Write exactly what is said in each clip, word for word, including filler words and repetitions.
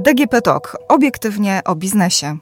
D G P Talk. Obiektywnie o biznesie.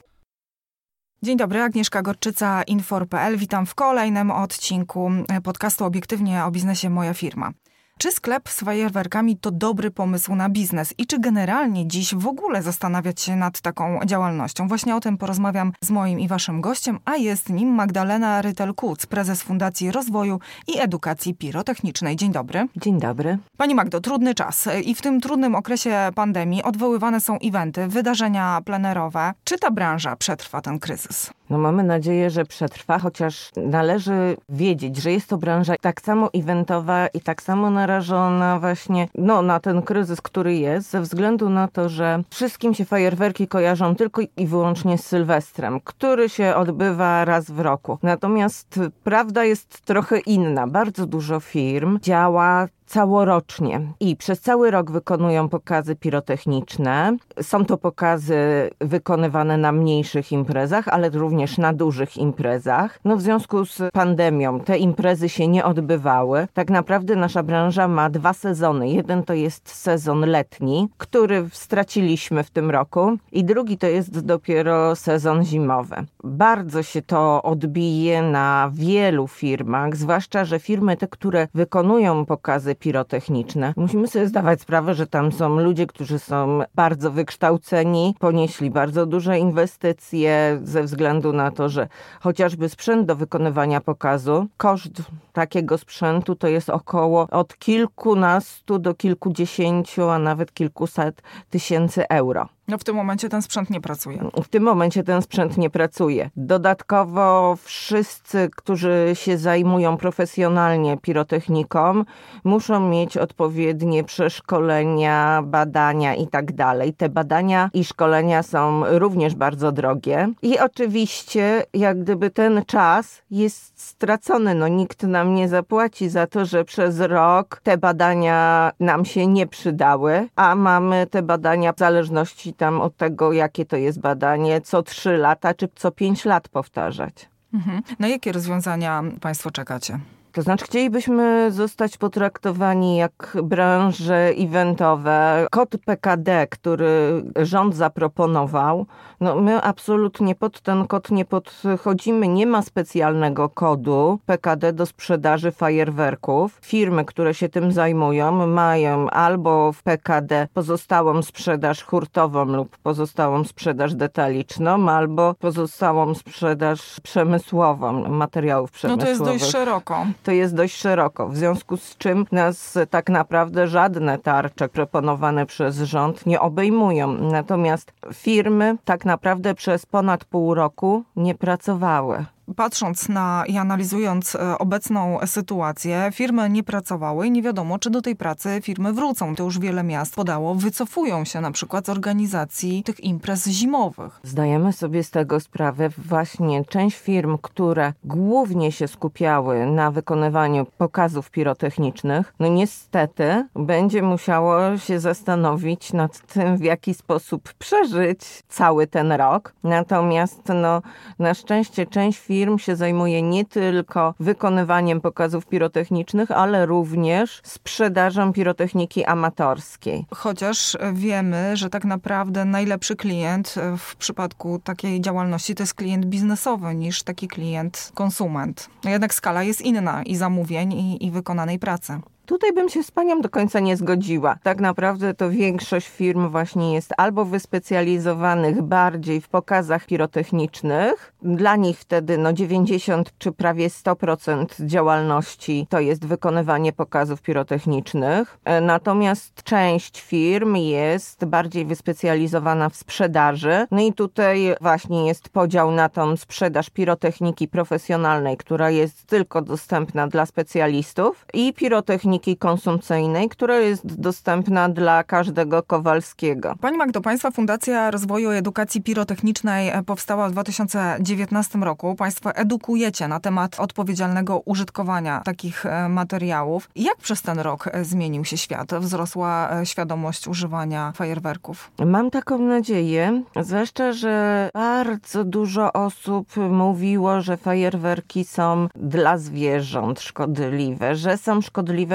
Dzień dobry, Agnieszka Gorczyca, Infor kropka p l. Witam w kolejnym odcinku podcastu Obiektywnie o biznesie Moja firma. Czy sklep z fajerwerkami to dobry pomysł na biznes i czy generalnie dziś w ogóle zastanawiać się nad taką działalnością? Właśnie o tym porozmawiam z moim i waszym gościem, a jest nim Magdalena Rytel-Kuc, prezes Fundacji Rozwoju i Edukacji Pirotechnicznej. Dzień dobry. Dzień dobry. Pani Magdo, trudny czas i w tym trudnym okresie pandemii odwoływane są eventy, wydarzenia plenerowe. Czy ta branża przetrwa ten kryzys? No mamy nadzieję, że przetrwa, chociaż należy wiedzieć, że jest to branża tak samo eventowa i tak samo narażona właśnie no, na ten kryzys, który jest, ze względu na to, że wszystkim się fajerwerki kojarzą tylko i wyłącznie z Sylwestrem, który się odbywa raz w roku. Natomiast prawda jest trochę inna. Bardzo dużo firm działa całorocznie i przez cały rok wykonują pokazy pirotechniczne. Są to pokazy wykonywane na mniejszych imprezach, ale również na dużych imprezach. No w związku z pandemią te imprezy się nie odbywały. Tak naprawdę nasza branża ma dwa sezony. Jeden to jest sezon letni, który straciliśmy w tym roku i drugi to jest dopiero sezon zimowy. Bardzo się to odbije na wielu firmach, zwłaszcza, że firmy te, które wykonują pokazy pirotechniczne. Musimy sobie zdawać sprawę, że tam są ludzie, którzy są bardzo wykształceni, ponieśli bardzo duże inwestycje ze względu na to, że chociażby sprzęt do wykonywania pokazu, koszt takiego sprzętu to jest około od kilkunastu do kilkudziesięciu, a nawet kilkuset tysięcy euro. No w tym momencie ten sprzęt nie pracuje. W tym momencie ten sprzęt nie pracuje. Dodatkowo wszyscy, którzy się zajmują profesjonalnie pirotechniką, muszą mieć odpowiednie przeszkolenia, badania i tak dalej. Te badania i szkolenia są również bardzo drogie. I oczywiście jak gdyby ten czas jest stracony. No nikt nam nie zapłaci za to, że przez rok te badania nam się nie przydały, a mamy te badania w zależności tam od tego, jakie to jest badanie, co trzy lata, czy co pięć lat powtarzać. Mhm. Na jakie rozwiązania państwo czekacie? To znaczy chcielibyśmy zostać potraktowani jak branże eventowe. Kod P K D, który rząd zaproponował, no my absolutnie pod ten kod nie podchodzimy. Nie ma specjalnego kodu P K D do sprzedaży fajerwerków. Firmy, które się tym zajmują, mają albo w P K D pozostałą sprzedaż hurtową lub pozostałą sprzedaż detaliczną, albo pozostałą sprzedaż przemysłową, materiałów przemysłowych. No to jest dość szeroko. To jest dość szeroko, w związku z czym nas tak naprawdę żadne tarcze proponowane przez rząd nie obejmują. Natomiast firmy tak naprawdę przez ponad pół roku nie pracowały. Patrząc na i analizując obecną sytuację, firmy nie pracowały i nie wiadomo, czy do tej pracy firmy wrócą. To już wiele miast podało, wycofują się na przykład z organizacji tych imprez zimowych. Zdajemy sobie z tego sprawę. Właśnie część firm, które głównie się skupiały na wykonywaniu pokazów pirotechnicznych, no niestety będzie musiało się zastanowić nad tym, w jaki sposób przeżyć cały ten rok. Natomiast no, na szczęście część firm Firm się zajmuje nie tylko wykonywaniem pokazów pirotechnicznych, ale również sprzedażą pirotechniki amatorskiej. Chociaż wiemy, że tak naprawdę najlepszy klient w przypadku takiej działalności to jest klient biznesowy niż taki klient konsument. Jednak skala jest inna i zamówień, i, i wykonanej pracy. Tutaj bym się z panią do końca nie zgodziła. Tak naprawdę to większość firm właśnie jest albo wyspecjalizowanych bardziej w pokazach pirotechnicznych. Dla nich wtedy no dziewięćdziesiąt czy prawie sto procent działalności to jest wykonywanie pokazów pirotechnicznych. Natomiast część firm jest bardziej wyspecjalizowana w sprzedaży. No i tutaj właśnie jest podział na tą sprzedaż pirotechniki profesjonalnej, która jest tylko dostępna dla specjalistów, i pirotechniki konsumpcyjnej, która jest dostępna dla każdego Kowalskiego. Pani Magdo, Państwa Fundacja Rozwoju i Edukacji Pirotechnicznej powstała w dwa tysiące dziewiętnastym roku. Państwo edukujecie na temat odpowiedzialnego użytkowania takich materiałów. Jak przez ten rok zmienił się świat? Wzrosła świadomość używania fajerwerków? Mam taką nadzieję, zwłaszcza, że bardzo dużo osób mówiło, że fajerwerki są dla zwierząt szkodliwe, że są szkodliwe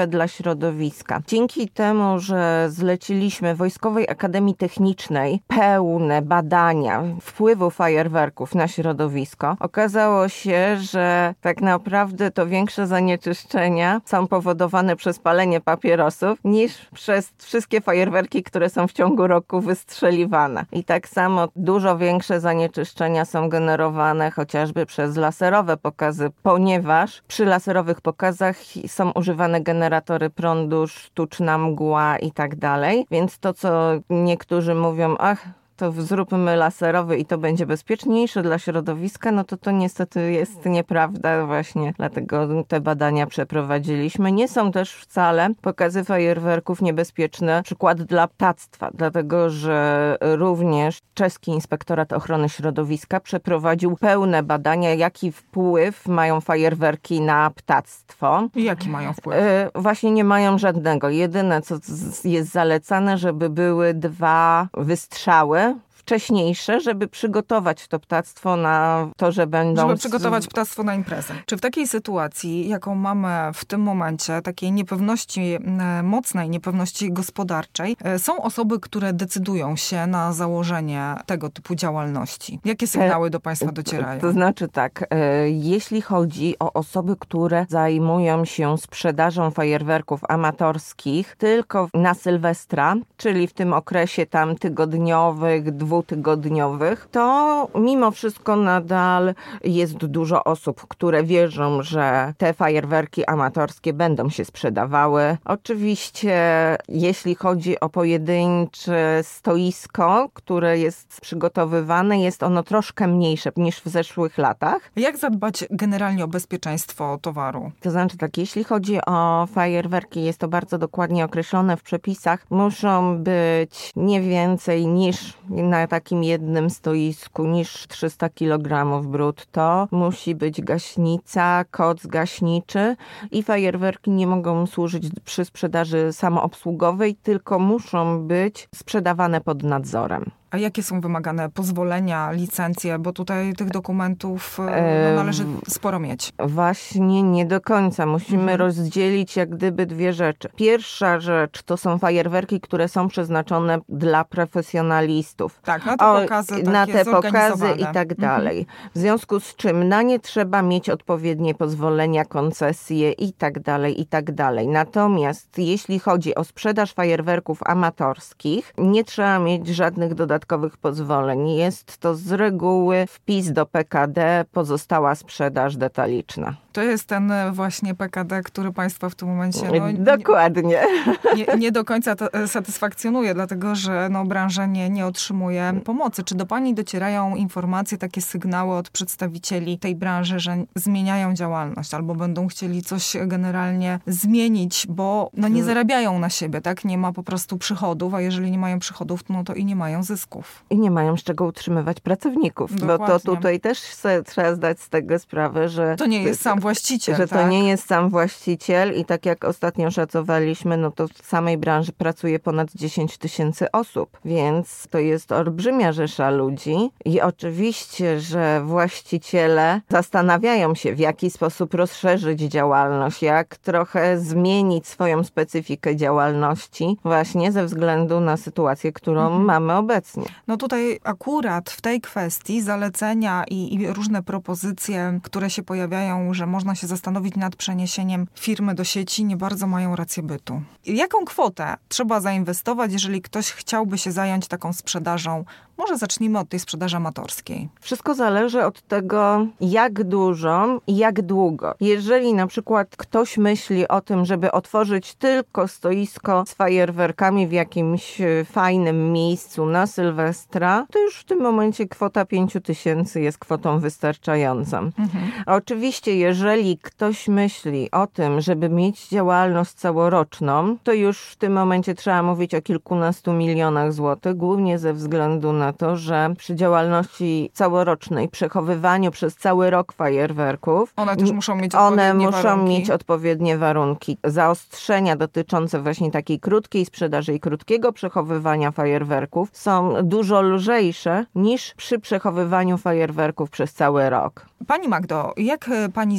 szkodliwe dla środowiska. Dzięki temu, że zleciliśmy Wojskowej Akademii Technicznej pełne badania wpływu fajerwerków na środowisko, okazało się, że tak naprawdę to większe zanieczyszczenia są powodowane przez palenie papierosów niż przez wszystkie fajerwerki, które są w ciągu roku wystrzeliwane. I tak samo dużo większe zanieczyszczenia są generowane chociażby przez laserowe pokazy, ponieważ przy laserowych pokazach są używane generatory prądu, sztuczna mgła i tak dalej. Więc to, co niektórzy mówią, ach, to zróbmy laserowy i to będzie bezpieczniejsze dla środowiska, no to to niestety jest nieprawda właśnie. Dlatego te badania przeprowadziliśmy. Nie są też wcale pokazy fajerwerków niebezpieczne, przykład dla ptactwa, dlatego że również czeski Inspektorat Ochrony Środowiska przeprowadził pełne badania, jaki wpływ mają fajerwerki na ptactwo. I jaki mają wpływ? E, właśnie nie mają żadnego. Jedyne, co jest zalecane, żeby były dwa wystrzały wcześniejsze, żeby przygotować to ptactwo na to, że będą... Żeby przygotować ptactwo na imprezę. Czy w takiej sytuacji, jaką mamy w tym momencie, takiej niepewności, mocnej niepewności gospodarczej, są osoby, które decydują się na założenie tego typu działalności? Jakie sygnały do Państwa docierają? To znaczy tak, jeśli chodzi o osoby, które zajmują się sprzedażą fajerwerków amatorskich tylko na Sylwestra, czyli w tym okresie tam tygodniowych, dwóch tygodniowych, to mimo wszystko nadal jest dużo osób, które wierzą, że te fajerwerki amatorskie będą się sprzedawały. Oczywiście, jeśli chodzi o pojedyncze stoisko, które jest przygotowywane, jest ono troszkę mniejsze niż w zeszłych latach. Jak zadbać generalnie o bezpieczeństwo towaru? To znaczy tak, jeśli chodzi o fajerwerki, jest to bardzo dokładnie określone w przepisach. Muszą być nie więcej niż na takim jednym stoisku niż trzysta kilogramów brutto. Musi być gaśnica, koc gaśniczy i fajerwerki nie mogą służyć przy sprzedaży samoobsługowej, tylko muszą być sprzedawane pod nadzorem. A jakie są wymagane pozwolenia, licencje? Bo tutaj tych dokumentów no, należy sporo mieć. Właśnie nie do końca. Musimy mhm. rozdzielić jak gdyby dwie rzeczy. Pierwsza rzecz to są fajerwerki, które są przeznaczone dla profesjonalistów. Tak, na te pokazy takie Na te pokazy i tak dalej. Mhm. W związku z czym na nie trzeba mieć odpowiednie pozwolenia, koncesje i tak dalej, i tak dalej. Natomiast jeśli chodzi o sprzedaż fajerwerków amatorskich, nie trzeba mieć żadnych dodatkowych dodatkowych pozwoleń. Jest to z reguły wpis do P K D, pozostała sprzedaż detaliczna. To jest ten właśnie P K D, który Państwa w tym momencie... No, Dokładnie. Nie, nie do końca to satysfakcjonuje, dlatego że no, branża nie, nie otrzymuje pomocy. Czy do Pani docierają informacje, takie sygnały od przedstawicieli tej branży, że zmieniają działalność albo będą chcieli coś generalnie zmienić, bo no, nie zarabiają na siebie, tak? Nie ma po prostu przychodów, a jeżeli nie mają przychodów, no to i nie mają zysków. I nie mają z czego utrzymywać pracowników. Dokładnie. Bo to tutaj też trzeba zdać z tego sprawę, że... To nie jest sam właściciel, Że tak? to nie jest sam właściciel i tak jak ostatnio szacowaliśmy, no to w samej branży pracuje ponad dziesięć tysięcy osób, więc to jest olbrzymia rzesza ludzi i oczywiście, że właściciele zastanawiają się, w jaki sposób rozszerzyć działalność, jak trochę zmienić swoją specyfikę działalności właśnie ze względu na sytuację, którą mhm. mamy obecnie. No tutaj akurat w tej kwestii zalecenia i, i różne propozycje, które się pojawiają, że można się zastanowić nad przeniesieniem firmy do sieci, nie bardzo mają rację bytu. Jaką kwotę trzeba zainwestować, jeżeli ktoś chciałby się zająć taką sprzedażą? Może zacznijmy od tej sprzedaży amatorskiej. Wszystko zależy od tego, jak dużo i jak długo. Jeżeli na przykład ktoś myśli o tym, żeby otworzyć tylko stoisko z fajerwerkami w jakimś fajnym miejscu na Sylwestra, to już w tym momencie kwota pięć tysięcy jest kwotą wystarczającą. Mhm. Oczywiście, jeżeli ktoś myśli o tym, żeby mieć działalność całoroczną, to już w tym momencie trzeba mówić o kilkunastu milionach złotych, głównie ze względu na to, że przy działalności całorocznej, przechowywaniu przez cały rok fajerwerków, one też muszą mieć one odpowiednie muszą warunki. mieć odpowiednie warunki. Zaostrzenia dotyczące właśnie takiej krótkiej sprzedaży i krótkiego przechowywania fajerwerków są dużo lżejsze niż przy przechowywaniu fajerwerków przez cały rok. Pani Magdo, jak Pani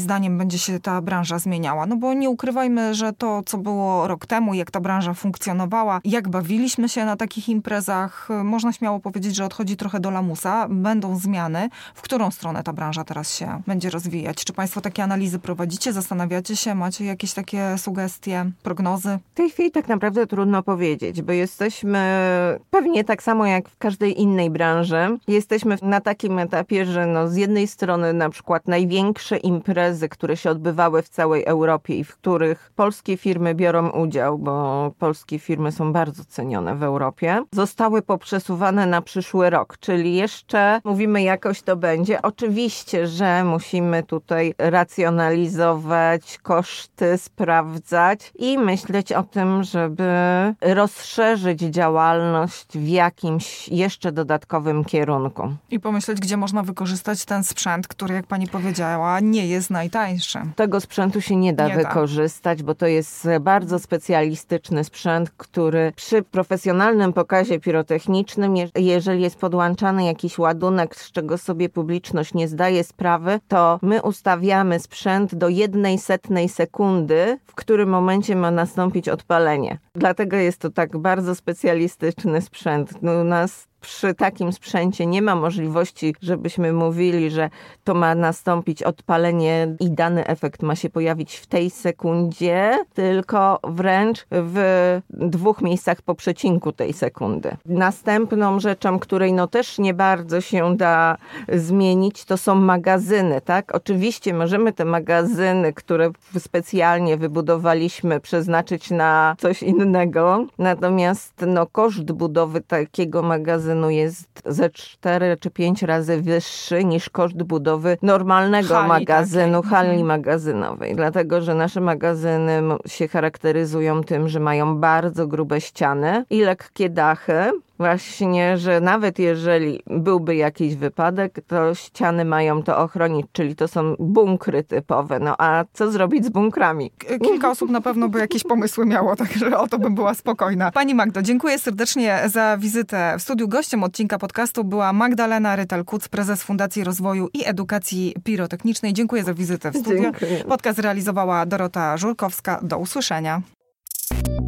zdaniem będzie się ta branża zmieniała? No bo nie ukrywajmy, że to, co było rok temu, jak ta branża funkcjonowała, jak bawiliśmy się na takich imprezach, można śmiało powiedzieć, że odchodzi trochę do lamusa. Będą zmiany. W którą stronę ta branża teraz się będzie rozwijać? Czy państwo takie analizy prowadzicie? Zastanawiacie się? Macie jakieś takie sugestie, prognozy? W tej chwili tak naprawdę trudno powiedzieć, bo jesteśmy pewnie tak samo jak w każdej innej branży. Jesteśmy na takim etapie, że no z jednej strony na przykład największe imprezy, które się odbywały w całej Europie i w których polskie firmy biorą udział, bo polskie firmy są bardzo cenione w Europie, zostały poprzesuwane na przyszły rok, czyli jeszcze mówimy jakoś to będzie. Oczywiście, że musimy tutaj racjonalizować koszty, sprawdzać i myśleć o tym, żeby rozszerzyć działalność w jakimś jeszcze dodatkowym kierunku. I pomyśleć, gdzie można wykorzystać ten sprzęt, który, jak pani powiedziała, nie jest najtańszy. Tego sprzętu się nie da nie wykorzystać, da. bo to jest bardzo specjalistyczny sprzęt, który przy profesjonalnym pokazie pirotechnicznym, jeżeli jest podłączany jakiś ładunek, z czego sobie publiczność nie zdaje sprawy, to my ustawiamy sprzęt do jednej setnej sekundy, w którym momencie ma nastąpić odpalenie. Dlatego jest to tak bardzo specjalistyczny sprzęt. No, u nas przy takim sprzęcie nie ma możliwości, żebyśmy mówili, że to ma nastąpić odpalenie i dany efekt ma się pojawić w tej sekundzie, tylko wręcz w dwóch miejscach po przecinku tej sekundy. Następną rzeczą, której no też nie bardzo się da zmienić, to są magazyny, tak? Oczywiście możemy te magazyny, które specjalnie wybudowaliśmy, przeznaczyć na coś innego, natomiast no koszt budowy takiego magazynu jest ze cztery czy pięć razy wyższy niż koszt budowy normalnego hali magazynu, takiej. hali Mhm. magazynowej. Dlatego, że nasze magazyny się charakteryzują tym, że mają bardzo grube ściany i lekkie dachy. Właśnie, że nawet jeżeli byłby jakiś wypadek, to ściany mają to ochronić, czyli to są bunkry typowe. No a co zrobić z bunkrami? Kilka osób na pewno by jakieś pomysły miało, także o to bym była spokojna. Pani Magdo, dziękuję serdecznie za wizytę w studiu. Gościem odcinka podcastu była Magdalena Rytel-Kuc, prezes Fundacji Rozwoju i Edukacji Pirotechnicznej. Dziękuję za wizytę w studiu. Dziękuję. Podcast realizowała Dorota Żurkowska. Do usłyszenia.